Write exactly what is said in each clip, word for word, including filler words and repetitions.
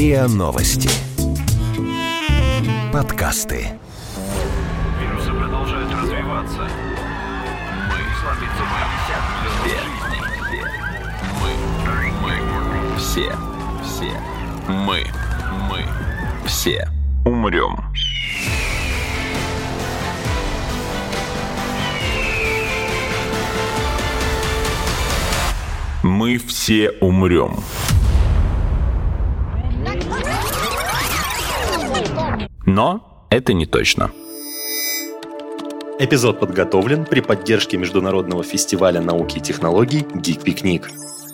РИА Новости. Подкасты. Вирусы продолжают развиваться. Мы слабится мы. Все. Мы. Мы. Все. Все. Мы. Мы. Все. Умрем. Мы все умрем. Но это не точно. Эпизод подготовлен при поддержке международного фестиваля науки и технологий «Гик-пикник».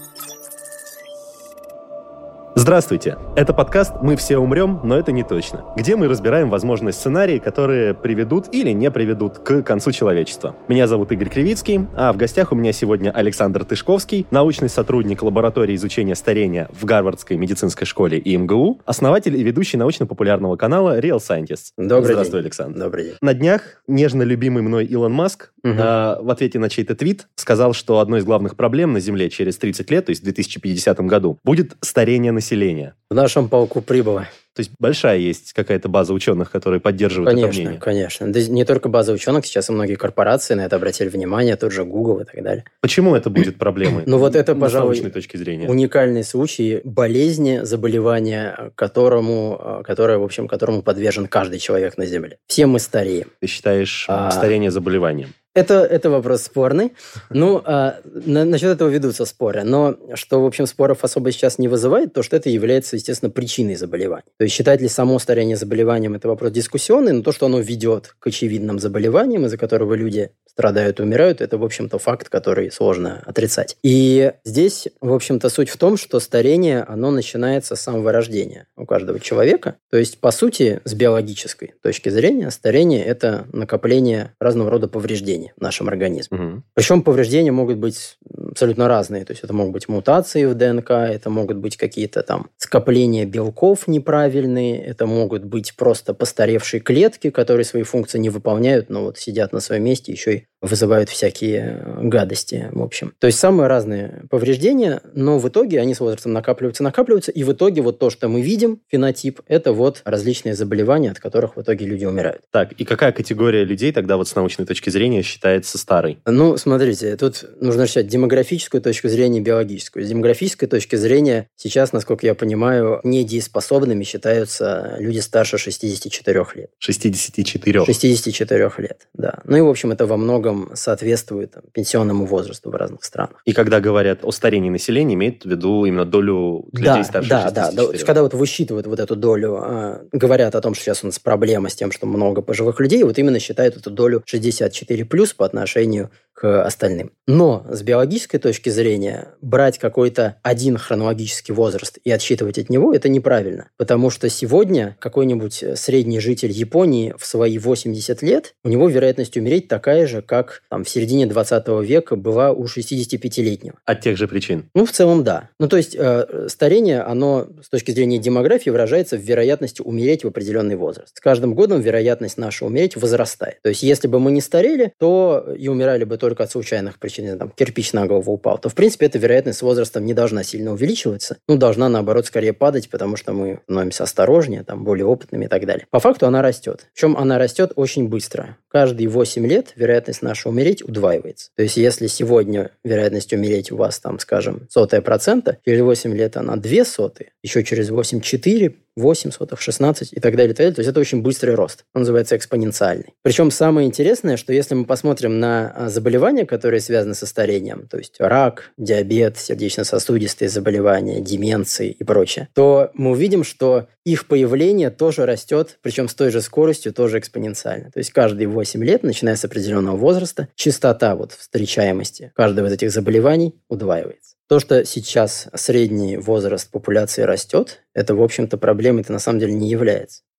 Здравствуйте! Это подкаст «Мы все умрем, но это не точно», где мы разбираем возможные сценарии, которые приведут или не приведут к концу человечества. Меня зовут Игорь Кривицкий, а в гостях у меня сегодня Александр Тышковский, научный сотрудник лаборатории изучения старения в Гарвардской медицинской школе и эм гэ у, основатель и ведущий научно-популярного канала Real Scientist. Добрый Здравствуй, день. Александр. Добрый день. На днях нежно любимый мной Илон Маск Угу. э, в ответе на чей-то твит сказал, что одной из главных проблем на Земле через тридцать лет, то есть в две тысячи пятидесятом году, будет старение населения. В нашем полку прибыло. То есть большая есть какая-то база ученых, которые поддерживают это Конечно, мнение. конечно. Да не только база ученых, сейчас и многие корпорации на это обратили внимание, тот же Google и так далее. Почему это будет проблемой? Ну вот это, с пожалуй, научной точки зрения. уникальный случай болезни, заболевания, которому, которое, в общем, которому подвержен каждый человек на Земле. Все мы стареем. Ты считаешь А. старение заболеванием? Это, это вопрос спорный. Ну, а, на, насчет этого ведутся споры. Но что, в общем, споров особо сейчас не вызывает, то, что это является, естественно, причиной заболевания. То есть, считать ли само старение заболеванием, это вопрос дискуссионный, но то, что оно ведет к очевидным заболеваниям, из-за которого люди страдают и умирают, это, в общем-то, факт, который сложно отрицать. И здесь, в общем-то, суть в том, что старение, оно начинается с самого рождения у каждого человека. То есть, по сути, с биологической точки зрения, старение – это накопление разного рода повреждений в нашем организме. Угу. Причем повреждения могут быть абсолютно разные. То есть это могут быть мутации в ДНК, это могут быть какие-то там скопления белков неправильные, это могут быть просто постаревшие клетки, которые свои функции не выполняют, но вот сидят на своем месте, еще и вызывают всякие гадости, в общем. То есть самые разные повреждения, но в итоге они с возрастом накапливаются, накапливаются, и в итоге вот то, что мы видим, фенотип, это вот различные заболевания, от которых в итоге люди умирают. Так, и какая категория людей тогда вот с научной точки зрения считается старой? Ну, смотрите, тут нужно решать демографическую точку зрения и биологическую. С демографической точки зрения сейчас, насколько я понимаю, недееспособными считаются люди старше шестидесяти четырёх лет. шестидесяти четырёх. шестидесяти четырёх лет, да. Ну и, в общем, это во многом соответствует там, пенсионному возрасту в разных странах. И когда говорят о старении населения, имеют в виду именно долю людей Да, старше да, шестидесяти да, четырёх. да. То есть, когда вот высчитывают вот эту долю, э, говорят о том, что сейчас у нас проблема с тем, что много пожилых людей, вот именно считают эту долю шестьдесят четыре плюс по отношению к остальным. Но с биологической точки зрения брать какой-то один хронологический возраст и отсчитывать от него – это неправильно. Потому что сегодня какой-нибудь средний житель Японии в свои восемьдесят лет, у него вероятность умереть такая же, как там, в середине двадцатого века была у шестидесятипятилетнего. От тех же причин. Ну, в целом, да. Ну, то есть, э, старение, оно с точки зрения демографии выражается в вероятности умереть в определенный возраст. С каждым годом вероятность наша умереть возрастает. То есть, если бы мы не старели, то и умирали бы только от случайных причин, если там кирпич на голову упал, то, в принципе, эта вероятность с возрастом не должна сильно увеличиваться. Ну, должна, наоборот, скорее падать, потому что мы становимся осторожнее, там, более опытными и так далее. По факту она растет. Причем она растет очень быстро. Каждые восемь лет вероятность наша умереть удваивается. То есть, если сегодня вероятность умереть у вас, там, скажем, сотая процента, через восемь лет она две сотые, еще через восемь четыре, восемь сотых, шестнадцать и так далее, и так далее. То есть это очень быстрый рост. Он называется экспоненциальный. Причем самое интересное, что если мы посмотрим на заболевания, которые связаны со старением, то есть рак, диабет, сердечно-сосудистые заболевания, деменции и прочее, то мы увидим, что их появление тоже растет, причем с той же скоростью, тоже экспоненциально. То есть каждые восемь лет, начиная с определенного возраста, частота вот встречаемости каждого из этих заболеваний удваивается. То, что сейчас средний возраст популяции растет, это, в общем-то, проблемой-то на самом деле не является.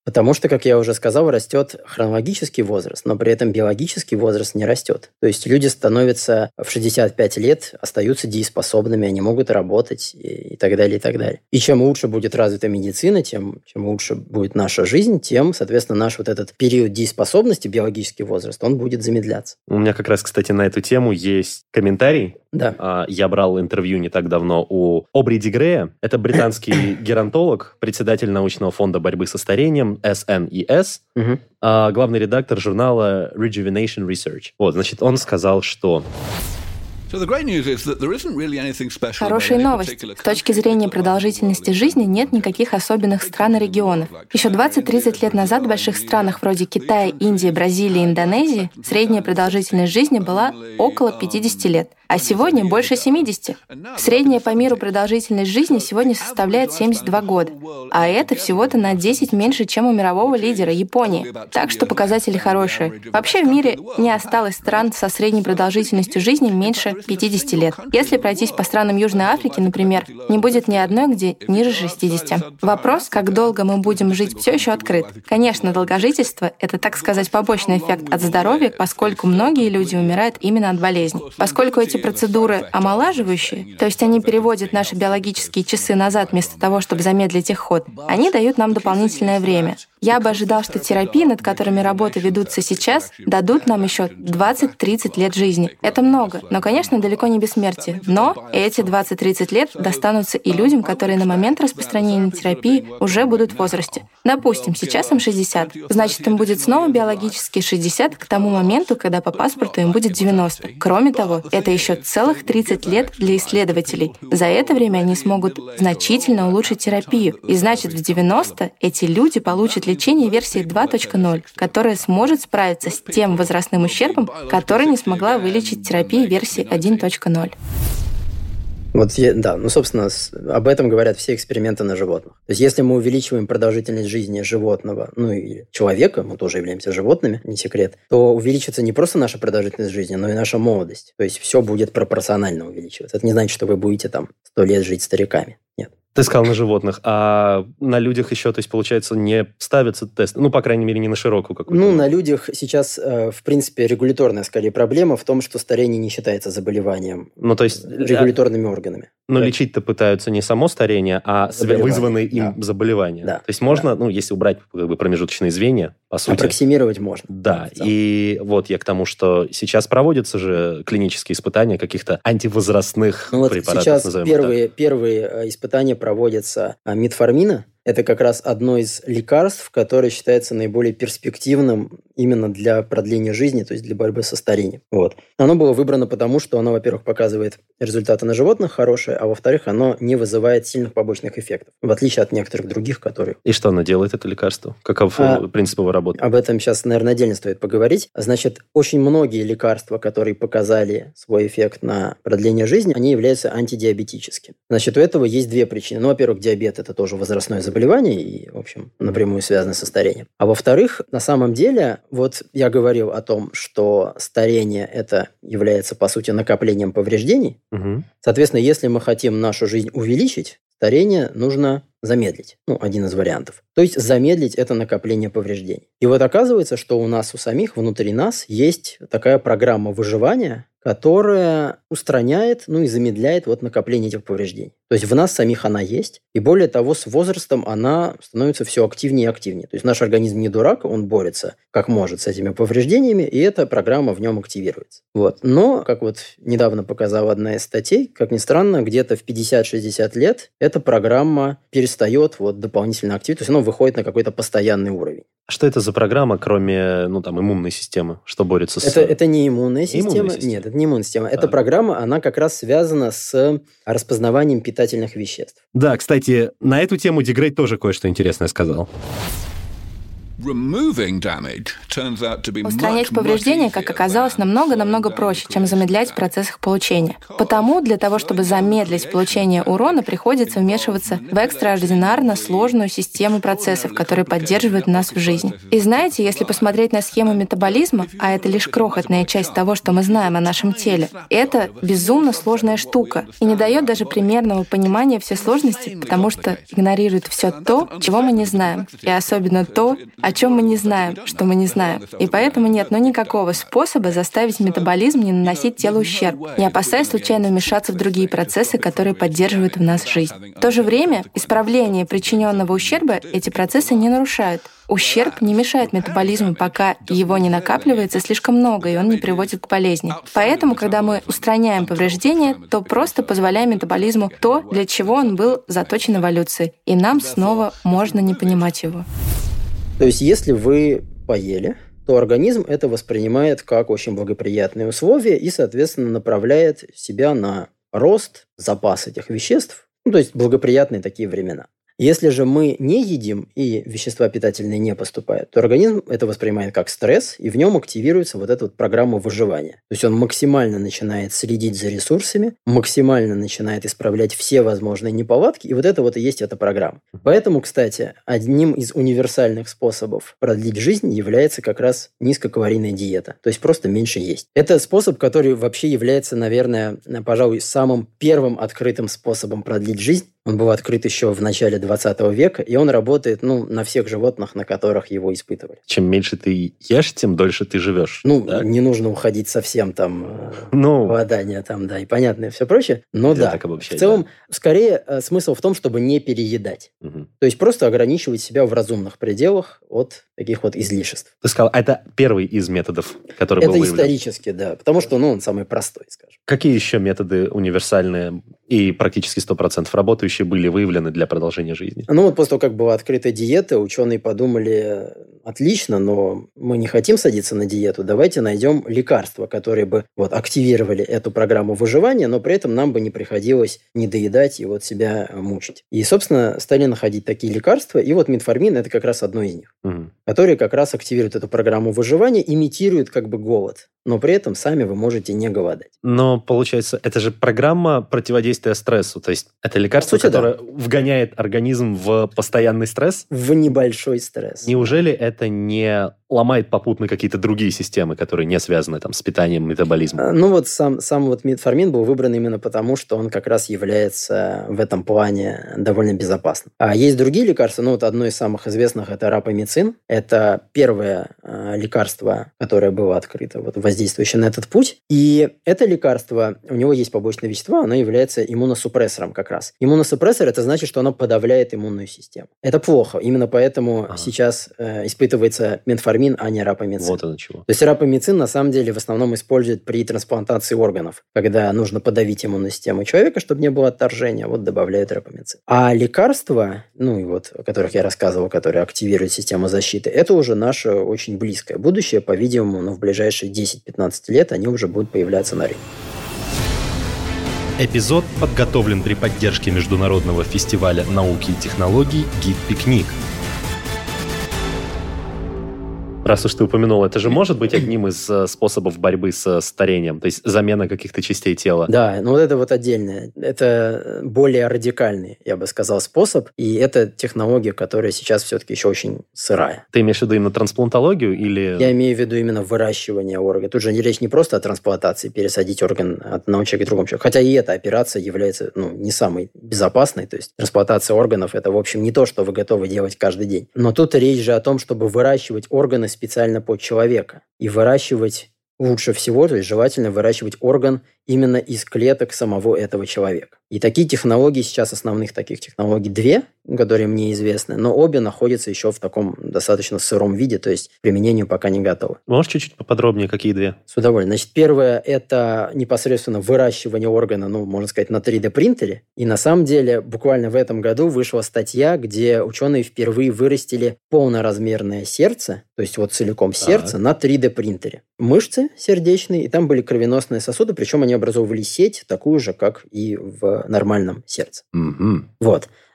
Потому что, как я уже сказал, растет хронологический возраст, но при этом биологический возраст не растет. То есть люди становятся в шестьдесят пять лет, остаются дееспособными, они могут работать и, и так далее, и так далее. И чем лучше будет развита медицина, тем чем лучше будет наша жизнь, тем, соответственно, наш вот этот период дееспособности, биологический возраст, он будет замедляться. У меня как раз, кстати, на эту тему есть комментарий. Да. Я брал интервью не так давно у Обри Ди Грея. Это британский геронтолог, председатель научного фонда борьбы со старением эс эн и эс, угу. главный редактор журнала Rejuvenation Research. Вот, значит, он сказал, что... Хорошая новость. С точки зрения продолжительности жизни нет никаких особенных стран и регионов. Еще двадцать-тридцать лет назад в больших странах вроде Китая, Индии, Бразилии, Индонезии средняя продолжительность жизни была около пятидесяти лет, а сегодня больше семидесяти. Средняя по миру продолжительность жизни сегодня составляет семьдесят два года, а это всего-то на десять меньше, чем у мирового лидера Японии. Так что показатели хорошие. Вообще в мире не осталось стран со средней продолжительностью жизни меньше пятидесяти лет. Если пройтись по странам Южной Африки, например, не будет ни одной, где ниже шестидесяти. Вопрос, как долго мы будем жить, все еще открыт. Конечно, долгожительство — это, так сказать, побочный эффект от здоровья, поскольку многие люди умирают именно от болезней. Поскольку эти процедуры омолаживающие, то есть они переводят наши биологические часы назад вместо того, чтобы замедлить их ход, они дают нам дополнительное время. Я бы ожидал, что терапии, над которыми работы ведутся сейчас, дадут нам еще двадцать-тридцать лет жизни. Это много, но, конечно, далеко не бессмертие. Но эти двадцать-тридцать лет достанутся и людям, которые на момент распространения терапии уже будут в возрасте. Допустим, сейчас им шестьдесят. Значит, им будет снова биологически шестьдесят к тому моменту, когда по паспорту им будет девяносто. Кроме того, это еще целых тридцать лет для исследователей. За это время они смогут значительно улучшить терапию. И значит, в девяносто эти люди получат лечение версии два точка ноль, которая сможет справиться с тем возрастным ущербом, который не смогла вылечить терапия версии один точка ноль. Вот, да, ну, собственно, об этом говорят все эксперименты на животных. То есть, если мы увеличиваем продолжительность жизни животного, ну, и человека, мы тоже являемся животными, не секрет, то увеличится не просто наша продолжительность жизни, но и наша молодость. То есть, все будет пропорционально увеличиваться. Это не значит, что вы будете там сто лет жить стариками. Нет. Ты сказал на животных, а на людях еще, то есть, получается, не ставятся тесты? Ну, по крайней мере, не на широкую какую-то. Ну, на людях сейчас, в принципе, регуляторная, скорее, проблема в том, что старение не считается заболеванием ну, то есть, регуляторными а... органами. Но right. лечить-то пытаются не само старение, а вызванные им да. заболевания. Да. То есть можно, да. ну, если убрать как бы, промежуточные звенья, по сути... Аппроксимировать можно. Да, да и вот я к тому, что сейчас проводятся же клинические испытания каких-то антивозрастных ну, вот препаратов, сейчас назовем первые, так. первые испытания проводятся метформина. Это как раз одно из лекарств, которое считается наиболее перспективным именно для продления жизни, то есть для борьбы со старением. Вот. Оно было выбрано потому, что оно, во-первых, показывает результаты на животных хорошие, а во-вторых, оно не вызывает сильных побочных эффектов, в отличие от некоторых других, которые... И что оно делает, это лекарство? Каков а, принцип его работы? Об этом сейчас, наверное, отдельно стоит поговорить. Значит, очень многие лекарства, которые показали свой эффект на продление жизни, они являются антидиабетическими. Значит, у этого есть две причины. Ну, во-первых, диабет – это тоже возрастное заболевание, и, в общем, напрямую связано со старением. А во-вторых, на самом деле, вот я говорил о том, что старение это является, по сути, накоплением повреждений. Угу. Соответственно, если мы хотим нашу жизнь увеличить, старение нужно замедлить. Ну, один из вариантов. То есть замедлить это накопление повреждений. И вот оказывается, что у нас у самих, внутри нас, есть такая программа выживания, которая устраняет, ну и замедляет вот накопление этих повреждений. То есть в нас самих она есть, и более того, с возрастом она становится все активнее и активнее. То есть наш организм не дурак, он борется как может с этими повреждениями, и эта программа в нем активируется. Вот. Но, как вот недавно показала одна из статей, как ни странно, где-то в пятьдесят-шестьдесят лет эта программа перестает вот дополнительно активировать, то есть она выходит на какой-то постоянный уровень. Что это за программа, кроме ну, там, иммунной системы, что борется с... Это, это не иммунная система. Иммунная система. Нет, это не иммунная система. Эта программа, она как раз связана с распознаванием питательных веществ. Да, кстати, на эту тему Ди Грей тоже кое-что интересное сказал. Устранять повреждения, как оказалось, намного-намного проще, чем замедлять процесс их получения. Потому для того, чтобы замедлить получение урона, приходится вмешиваться в экстраординарно сложную систему процессов, которые поддерживают нас в жизни. И знаете, если посмотреть на схему метаболизма, а это лишь крохотная часть того, что мы знаем о нашем теле, это безумно сложная штука и не дает даже примерного понимания всей сложности, потому что игнорирует все то, чего мы не знаем, и особенно то, о чем мы не знаем, что мы не знаем. И поэтому нет ну никакого способа заставить метаболизм не наносить телу ущерб, не опасаясь случайно вмешаться в другие процессы, которые поддерживают в нас жизнь. В то же время исправление причиненного ущерба эти процессы не нарушают. Ущерб не мешает метаболизму, пока его не накапливается слишком много, и он не приводит к болезни. Поэтому, когда мы устраняем повреждения, то просто позволяем метаболизму то, для чего он был заточен эволюцией, и нам снова можно не понимать его. То есть, если вы поели, то организм это воспринимает как очень благоприятные условия и, соответственно, направляет себя на рост, запас этих веществ, ну, то есть благоприятные такие времена. Если же мы не едим и вещества питательные не поступают, то организм это воспринимает как стресс, и в нем активируется вот эта вот программа выживания. То есть он максимально начинает следить за ресурсами, максимально начинает исправлять все возможные неполадки, и вот это вот и есть эта программа. Поэтому, кстати, одним из универсальных способов продлить жизнь является как раз низкокалорийная диета, то есть просто меньше есть. Это способ, который вообще является, наверное, пожалуй, самым первым открытым способом продлить жизнь. Он был открыт еще в начале двадцатого века, и он работает ну, на всех животных, на которых его испытывали. Чем меньше ты ешь, тем дольше ты живешь. Ну, да? Не нужно уходить совсем там ну, голодание, там, да, и понятное все прочее. Но да, так обобщать, в целом, да. скорее смысл в том, чтобы не переедать. Угу. То есть просто ограничивать себя в разумных пределах от таких вот излишеств. Ты сказал, это первый из методов, который это был выявлен. Это исторически, да, потому что ну, он самый простой, скажем. Какие еще методы универсальные и практически сто процентов работающие были выявлены для продолжения жизни? Ну вот после того, как была открыта диета, ученые подумали, отлично, но мы не хотим садиться на диету, давайте найдем лекарства, которые бы вот, активировали эту программу выживания, но при этом нам бы не приходилось недоедать и вот себя мучить. И, собственно, стали находить такие лекарства, и вот метформин – это как раз одно из них, угу. которые как раз активируют эту программу выживания, имитируют как бы голод, но при этом сами вы можете не голодать. Но, получается, это же программа противодействия стрессу, то есть это лекарство, сути, которое да. вгоняет организм в постоянный стресс? В небольшой стресс. Неужели это не ломает попутно какие-то другие системы, которые не связаны там, с питанием, метаболизмом? Ну вот сам, сам вот метформин был выбран именно потому, что он как раз является в этом плане довольно безопасным. А есть другие лекарства, ну вот одно из самых известных – это рапамицин. Это первое э, лекарство, которое было открыто, вот, воздействующее на этот путь. И это лекарство, у него есть побочное вещество, оно является иммуносупрессором как раз. Иммуносупрессор – это значит, что оно подавляет иммунную систему. Это плохо, именно поэтому ага. сейчас э, испытывается метформин, а не рапамицин. Вот оно чего. То есть рапамицин на самом деле в основном используют при трансплантации органов, когда нужно подавить иммунную систему человека, чтобы не было отторжения, вот добавляют рапамицин. А лекарства, ну и вот, о которых я рассказывал, которые активируют систему защиты, это уже наше очень близкое будущее, по-видимому, но в ближайшие десять-пятнадцать лет они уже будут появляться на рынке. Эпизод подготовлен при поддержке Международного фестиваля науки и технологий «Гид-пикник». Раз уж ты упомянул, это же может быть одним из способов борьбы с старением, то есть замена каких-то частей тела. Да, ну вот это вот отдельное. Это более радикальный, я бы сказал, способ, и это технология, которая сейчас все-таки еще очень сырая. Ты имеешь в виду именно трансплантологию или... Я имею в виду именно выращивание органа. Тут же речь не просто о трансплантации, пересадить орган от одного человека к другому человеку, хотя и эта операция является ну, не самой безопасной, то есть трансплантация органов – это, в общем, не то, что вы готовы делать каждый день. Но тут речь же о том, чтобы выращивать органы специально под человека. И выращивать лучше всего, то есть желательно выращивать орган именно из клеток самого этого человека. И такие технологии, сейчас основных таких технологий две, которые мне известны, но обе находятся еще в таком достаточно сыром виде, то есть к применению пока не готовы. Можешь чуть-чуть поподробнее, какие две? С удовольствием. Значит, первое – это непосредственно выращивание органа, ну, можно сказать, на три дэ принтере. И на самом деле буквально в этом году вышла статья, где ученые впервые вырастили полноразмерное сердце, то есть вот целиком сердце, а-а-а. на три дэ принтере. Мышцы сердечные, и там были кровеносные сосуды, причем они образовывали сеть, такую же, как и в нормальном сердце. Mm-hmm. Вот.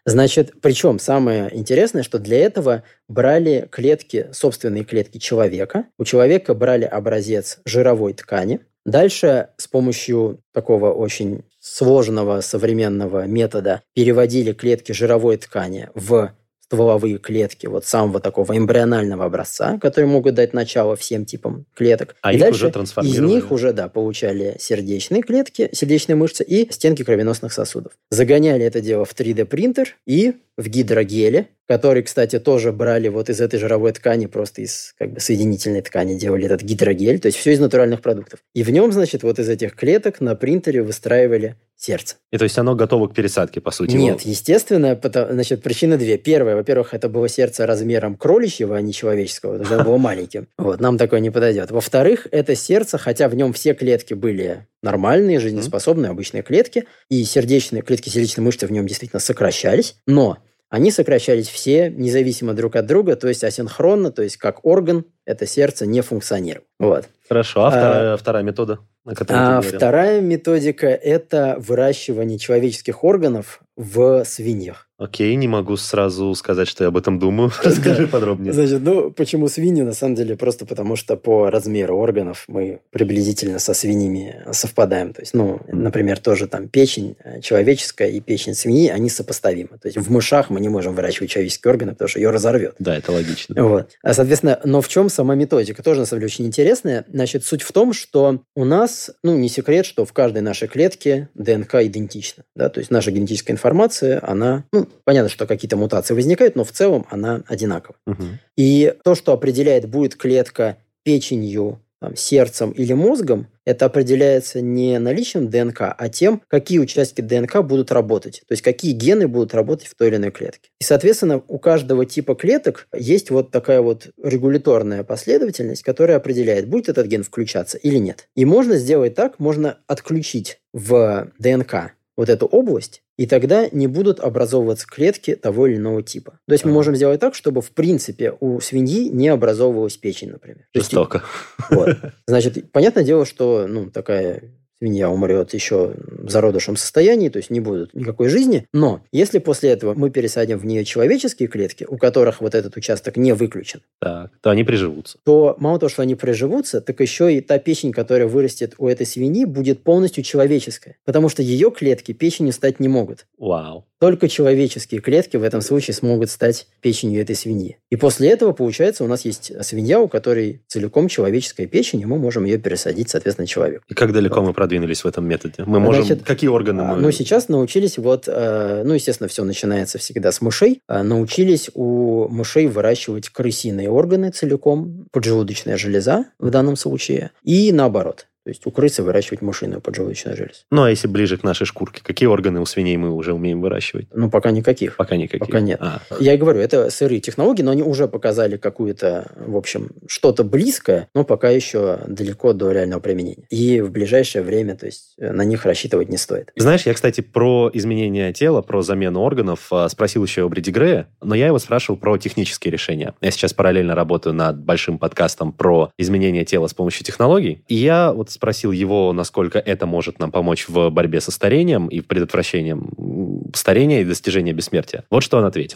Значит, причем самое интересное, что для этого брали клетки, собственные клетки человека. У человека брали образец жировой ткани. Дальше с помощью такого очень сложного современного метода переводили клетки жировой ткани в стволовые клетки вот самого такого эмбрионального образца, которые могут дать начало всем типам клеток. А и их дальше уже трансформировали. Из них уже, да, получали сердечные клетки, сердечные мышцы и стенки кровеносных сосудов. Загоняли это дело в три дэ-принтер и в гидрогеле, который, кстати, тоже брали вот из этой жировой ткани, просто из как бы соединительной ткани делали этот гидрогель, то есть все из натуральных продуктов. И в нем, значит, вот из этих клеток на принтере выстраивали сердце. И то есть оно готово к пересадке, по сути? Нет, естественно, потому, значит, причины две. Первая, во-первых, это было сердце размером кроличьего, а не человеческого, это было маленьким. Вот, нам такое не подойдет. Во-вторых, это сердце, хотя в нем все клетки были нормальные, жизнеспособные, обычные клетки, и сердечные клетки сердечной мышцы в нем действительно сокращались, но они сокращались все независимо друг от друга, то есть асинхронно, то есть как орган это сердце не функционировало. Вот. Хорошо, а, а вторая, вторая метода, о которой а ты говорил? Вторая методика – это выращивание человеческих органов в свиньях. Окей, не могу сразу сказать, что я об этом думаю. Расскажи подробнее. Значит, ну, почему свиньи? На самом деле, просто потому что по размеру органов мы приблизительно со свиньями совпадаем. То есть, ну, например, тоже там печень человеческая и печень свиньи, они сопоставимы. То есть, в мышах мы не можем выращивать человеческие органы, потому что ее разорвет. Да, это логично. Вот. А, соответственно, но в чем сама методика? Тоже, на самом деле, очень интересная. Значит, суть в том, что у нас, ну, не секрет, что в каждой нашей клетке ДНК идентична. Да? То есть, наша генетическая информация, она, ну, понятно, что какие-то мутации возникают, но в целом она одинакова. Угу. И то, что определяет, будет клетка печенью, там, сердцем или мозгом, это определяется не наличием ДНК, а тем, какие участки ДНК будут работать. То есть, какие гены будут работать в той или иной клетке. И, соответственно, у каждого типа клеток есть вот такая вот регуляторная последовательность, которая определяет, будет этот ген включаться или нет. И можно сделать так, можно отключить в ДНК вот эту область, и тогда не будут образовываться клетки того или иного типа. То есть, мы можем сделать так, чтобы, в принципе, у свиньи не образовывалась печень, например. Жестоко. Вот. Значит, понятное дело, что, ну, такая свинья умрет еще в зародышем состоянии, то есть не будет никакой жизни. Но если после этого мы пересадим в нее человеческие клетки, у которых вот этот участок не выключен, так, то они приживутся. То мало того, что они приживутся, так еще и та печень, которая вырастет у этой свиньи, будет полностью человеческая. Потому что ее клетки печенью стать не могут. Вау. Только человеческие клетки в этом случае смогут стать печенью этой свиньи. И после этого, получается, у нас есть свинья, у которой целиком человеческая печень, и мы можем ее пересадить, соответственно, человеку. И как далеко вот мы продвинулись в этом методе? Мы можем... Значит, какие органы мы... Ну, сейчас научились вот... Ну, естественно, все начинается всегда с мышей. Научились у мышей выращивать крысиные органы целиком, поджелудочная железа в данном случае, и наоборот. То есть у крысы выращивать мышиную поджелудочную железу. Ну, а если ближе к нашей шкурке, какие органы у свиней мы уже умеем выращивать? Ну, пока никаких. Пока никаких. Пока нет. А. Я и говорю, это сырые технологии, но они уже показали какую-то, в общем, что-то близкое, но пока еще далеко до реального применения. И в ближайшее время, то есть, на них рассчитывать не стоит. Знаешь, я, кстати, про изменение тела, про замену органов спросил еще у Бриди Грея, но я его спрашивал про технические решения. Я сейчас параллельно работаю над большим подкастом про изменение тела с помощью технологий, и я вот спросил его, насколько это может нам помочь в борьбе со старением и в предотвращении старения и достижения бессмертия. Вот что он ответил.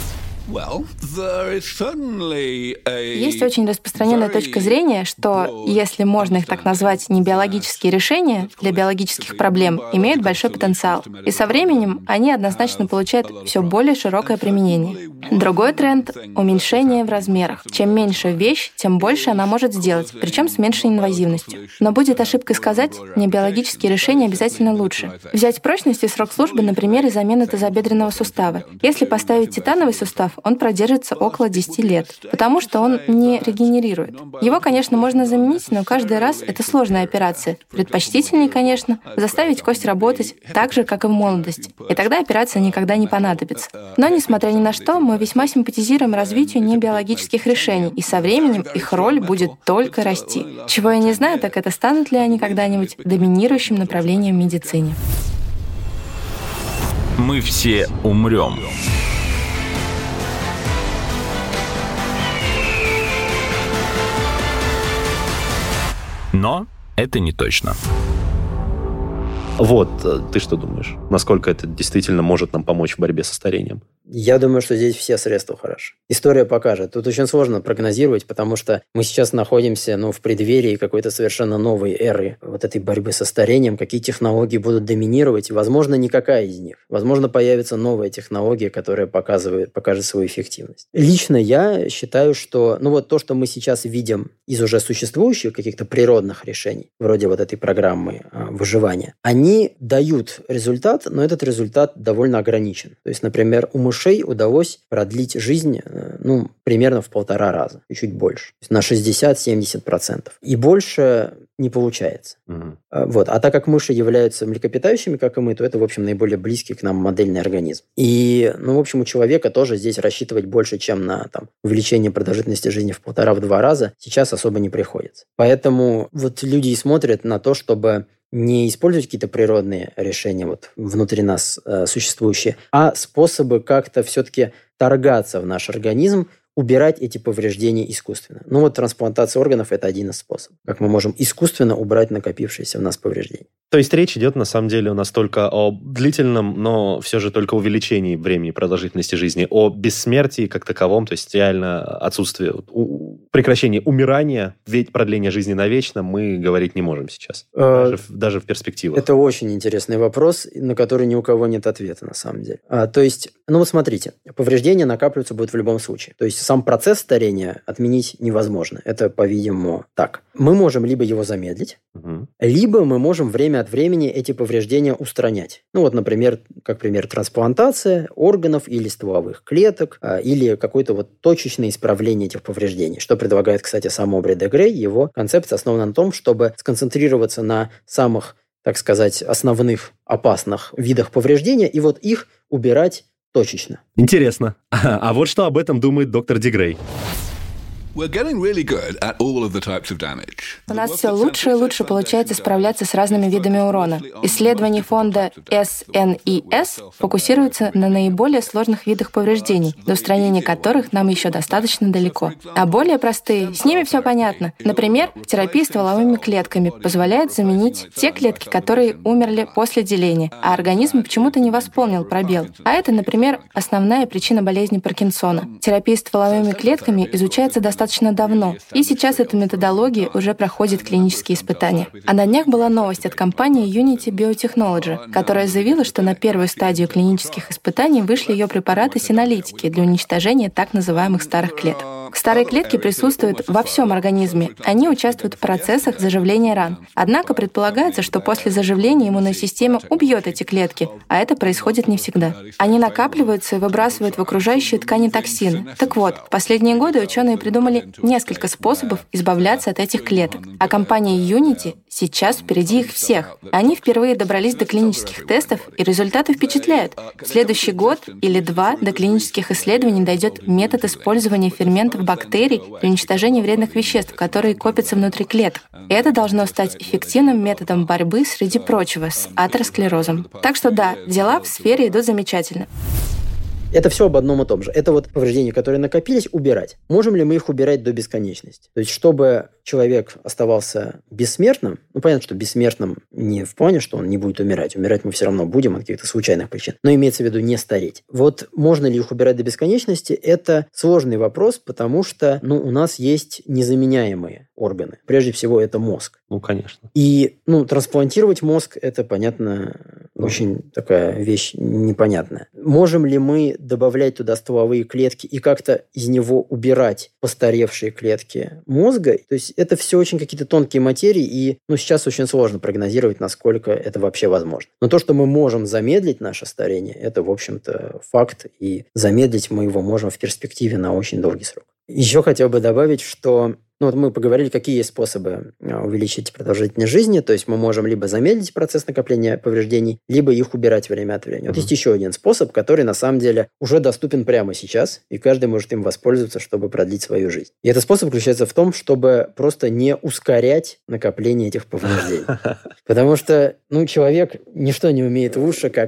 Есть очень распространенная точка зрения, что, если можно их так назвать, небиологические решения для биологических проблем имеют большой потенциал. И со временем они однозначно получают все более широкое применение. Другой тренд — уменьшение в размерах. Чем меньше вещь, тем больше она может сделать, причем с меньшей инвазивностью. Но будет ошибкой сказать, небиологические решения обязательно лучше. Взять прочность и срок службы, например, и замену тазобедренного сустава. Если поставить титановый сустав, он продержится около десяти лет, потому что он не регенерирует. Его, конечно, можно заменить, но каждый раз это сложная операция. Предпочтительнее, конечно, заставить кость работать так же, как и в молодости. И тогда операция никогда не понадобится. Но, несмотря ни на что, мы весьма симпатизируем развитию небиологических решений, и со временем их роль будет только расти. Чего я не знаю, так это станут ли они когда-нибудь доминирующим направлением в медицине. Мы все умрем. Но это не точно. Вот, ты что думаешь? Насколько это действительно может нам помочь в борьбе со старением? Я думаю, что здесь все средства хороши. История покажет. Тут очень сложно прогнозировать, потому что мы сейчас находимся ну, в преддверии какой-то совершенно новой эры вот этой борьбы со старением. Какие технологии будут доминировать? Возможно, никакая из них. Возможно, появится новая технология, которая показывает, покажет свою эффективность. Лично я считаю, что ну, вот то, что мы сейчас видим из уже существующих каких-то природных решений, вроде вот этой программы а, выживания, они дают результат, но этот результат довольно ограничен. То есть, например, у мышей удалось продлить жизнь ну, примерно в полтора раза, и чуть больше. То есть на шестьдесят-семьдесят процентов. И больше не получается. Угу. Вот. А так как мыши являются млекопитающими, как и мы, то это, в общем, наиболее близкий к нам модельный организм. И, ну, в общем, у человека тоже здесь рассчитывать больше, чем на там, увеличение продолжительности жизни в полтора-два раза, сейчас особо не приходится. Поэтому вот люди и смотрят на то, чтобы не использовать какие-то природные решения вот, внутри нас э, существующие, а способы как-то все-таки торгаться в наш организм, убирать эти повреждения искусственно. Ну вот трансплантация органов – это один из способов, как мы можем искусственно убрать накопившиеся в нас повреждения. То есть речь идет на самом деле у нас только о длительном, но все же только увеличении времени продолжительности жизни, о бессмертии как таковом, то есть реально отсутствие, прекращение умирания, ведь продление жизни навечно мы говорить не можем сейчас, даже, в, даже в перспективах. Это очень интересный вопрос, на который ни у кого нет ответа на самом деле. А, то есть, ну вот смотрите, повреждения накапливаться будут в любом случае. То есть сам процесс старения отменить невозможно. Это, по-видимому, так. Мы можем либо его замедлить, угу. либо мы можем время от времени эти повреждения устранять. Ну вот, например, как пример, трансплантация органов или стволовых клеток, а, или какое-то вот точечное исправление этих повреждений, что предлагает, кстати, сам Обри де Грей. Его концепция основана на том, чтобы сконцентрироваться на самых, так сказать, основных опасных видах повреждения и вот их убирать точечно. Интересно. А вот что об этом думает доктор де Грей. У нас все лучше и лучше получается справляться с разными видами урона. Исследования фонда эс эн и эс фокусируются на наиболее сложных видах повреждений, до устранения которых нам еще достаточно далеко. А более простые, с ними все понятно. Например, терапия стволовыми клетками позволяет заменить те клетки, которые умерли после деления, а организм почему-то не восполнил пробел. А это, например, основная причина болезни Паркинсона. Терапия стволовыми клетками изучается достаточно достаточно давно, и сейчас эта методология уже проходит клинические испытания. А на днях была новость от компании Unity Biotechnology, которая заявила, что на первую стадию клинических испытаний вышли ее препараты синолитики для уничтожения так называемых старых клеток. Старые клетки присутствуют во всем организме. Они участвуют в процессах заживления ран. Однако предполагается, что после заживления иммунная система убьет эти клетки, а это происходит не всегда. Они накапливаются и выбрасывают в окружающие ткани токсины. Так вот, в последние годы ученые придумали несколько способов избавляться от этих клеток. А компания Unity сейчас впереди их всех. Они впервые добрались до клинических тестов, и результаты впечатляют. В следующий год или два до клинических исследований дойдет метод использования ферментов бактерий для уничтожения вредных веществ, которые копятся внутри клеток. Это должно стать эффективным методом борьбы, среди прочего, с атеросклерозом. Так что да, дела в сфере идут замечательно. Это все об одном и том же. Это вот повреждения, которые накопились, убирать. Можем ли мы их убирать до бесконечности? То есть, чтобы человек оставался бессмертным, ну, понятно, что бессмертным не в плане, что он не будет умирать. Умирать мы все равно будем от каких-то случайных причин. Но имеется в виду не стареть. Вот можно ли их убирать до бесконечности? Это сложный вопрос, потому что, ну, у нас есть незаменяемые органы. Прежде всего, это мозг. Ну, конечно. И, ну, трансплантировать мозг, это, понятно, очень такая вещь непонятная. Можем ли мы добавлять туда стволовые клетки и как-то из него убирать постаревшие клетки мозга? То есть это все очень какие-то тонкие материи, и, ну, сейчас очень сложно прогнозировать, насколько это вообще возможно. Но то, что мы можем замедлить наше старение, это, в общем-то, факт, и замедлить мы его можем в перспективе на очень долгий срок. Еще хотел бы добавить, что ну, вот мы поговорили, какие есть способы увеличить продолжительность жизни. То есть мы можем либо замедлить процесс накопления повреждений, либо их убирать время от времени. Вот mm-hmm. есть еще один способ, который на самом деле уже доступен прямо сейчас, и каждый может им воспользоваться, чтобы продлить свою жизнь. И этот способ заключается в том, чтобы просто не ускорять накопление этих повреждений. Потому что, ну, человек ничто не умеет лучше, как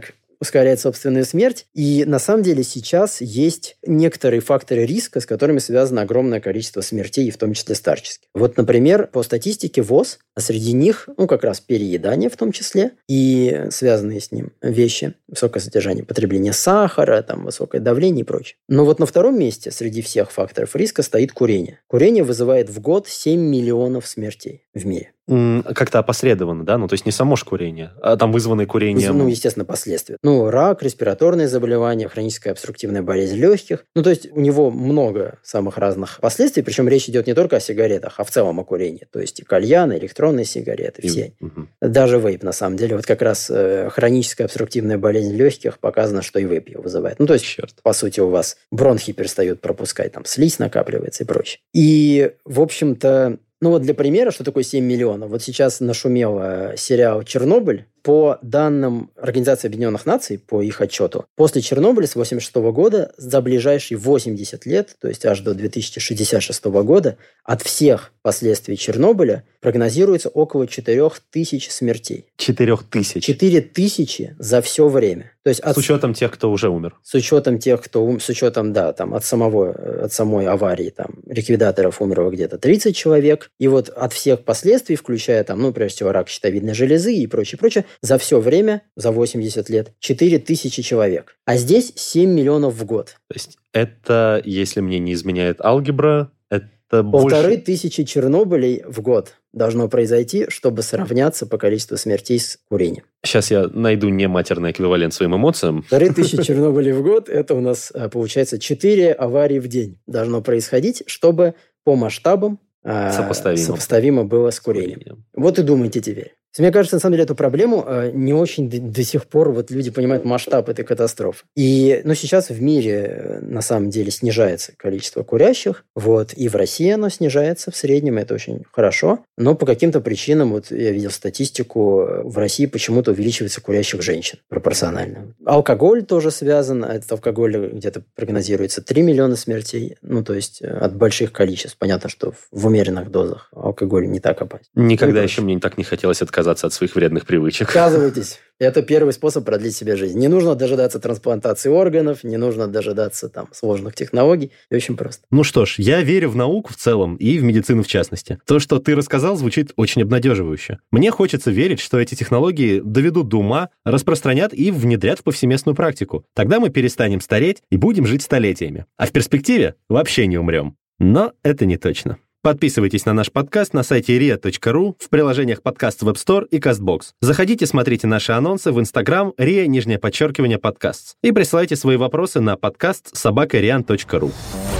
ускорять собственную смерть. И на самом деле сейчас есть некоторые факторы риска, с которыми связано огромное количество смертей, в том числе старческих. Вот, например, по статистике ВОЗ, а среди них, ну, как раз переедание в том числе, и связанные с ним вещи, высокое содержание потребления сахара, там, высокое давление и прочее. Но вот на втором месте среди всех факторов риска стоит курение. Курение вызывает в год семь миллионов смертей в мире. Как-то опосредованно, да? Ну, то есть не само ж курение, а там вызванное курением... Ну, естественно, последствия. Ну, рак, респираторные заболевания, хроническая обструктивная болезнь легких. Ну, то есть у него много самых разных последствий, причем речь идет не только о сигаретах, а в целом о курении. То есть и кальяны, электронные сигареты, все. И... Угу. Даже вейп, на самом деле. Вот как раз э, хроническая обструктивная болезнь легких показано, что и вейп ее вызывает. Ну, то есть, Черт. По сути, у вас бронхи перестают пропускать, там слизь накапливается и прочее. И, в общем-то, ну вот для примера, что такое семь миллионов. Вот сейчас нашумел сериал «Чернобыль». По данным Организации Объединенных Наций, по их отчету, после Чернобыля с восемьдесят шестого года за ближайшие восемьдесят лет, то есть аж до две тысячи шестьдесят шестого года, от всех последствий Чернобыля прогнозируется около четырех тысяч смертей. Четырех тысяч? Четыре тысячи за все время. То есть от... С учетом тех, кто уже умер? С учетом тех, кто умер, с учетом, да, там, от, самого, от самой аварии, там, ликвидаторов умерло где-то тридцать человек, и вот от всех последствий, включая, там, ну, прежде всего, рак щитовидной железы и прочее, прочее, за все время, за восемьдесят лет, четыре тысячи человек. А здесь семь миллионов в год. То есть это, если мне не изменяет алгебра, это Полторы больше... тысячи Чернобылей в год должно произойти, чтобы сравняться по количеству смертей с курением. Сейчас я найду нематерный эквивалент своим эмоциям. Полторы тысячи Чернобылей в год, это у нас, получается, четыре аварии в день должно происходить, чтобы по масштабам сопоставимо, сопоставимо было с курением. с курением. Вот и думайте теперь. Мне кажется, на самом деле, эту проблему э, не очень до, до сих пор вот люди понимают масштаб этой катастрофы. И ну, сейчас в мире на самом деле снижается количество курящих, вот, и в России оно снижается в среднем, это очень хорошо, но по каким-то причинам, вот я видел статистику, в России почему-то увеличивается курящих женщин пропорционально. Алкоголь тоже связан, этот алкоголь где-то прогнозируется три миллиона смертей, ну, то есть от больших количеств. Понятно, что в умеренных дозах алкоголь не так опасен. Никогда ну, еще мне так не хотелось отказаться от своих вредных привычек. Отказывайтесь. Это первый способ продлить себе жизнь. Не нужно дожидаться трансплантации органов, не нужно дожидаться там сложных технологий. И очень просто. Ну что ж, я верю в науку в целом и в медицину в частности. То, что ты рассказал, звучит очень обнадеживающе. Мне хочется верить, что эти технологии доведут до ума, распространят и внедрят в повсеместную практику. Тогда мы перестанем стареть и будем жить столетиями. А в перспективе вообще не умрем. Но это не точно. Подписывайтесь на наш подкаст на сайте риа точка ру, в приложениях подкаст в App Store и CastBox. Заходите, смотрите наши анонсы в Instagram риа, нижнее подчеркивание, подкаст. И присылайте свои вопросы на подкаст собака риан точка ру.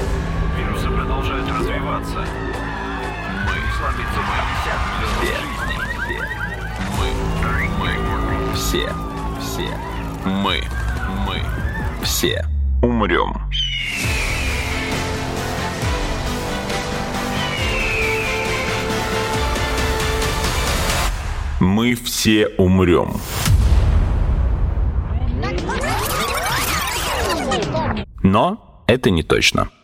Вирусы продолжают развиваться. Мы слабится. Все, все. Мы, мы, все умрем. Мы все умрем. Но это не точно.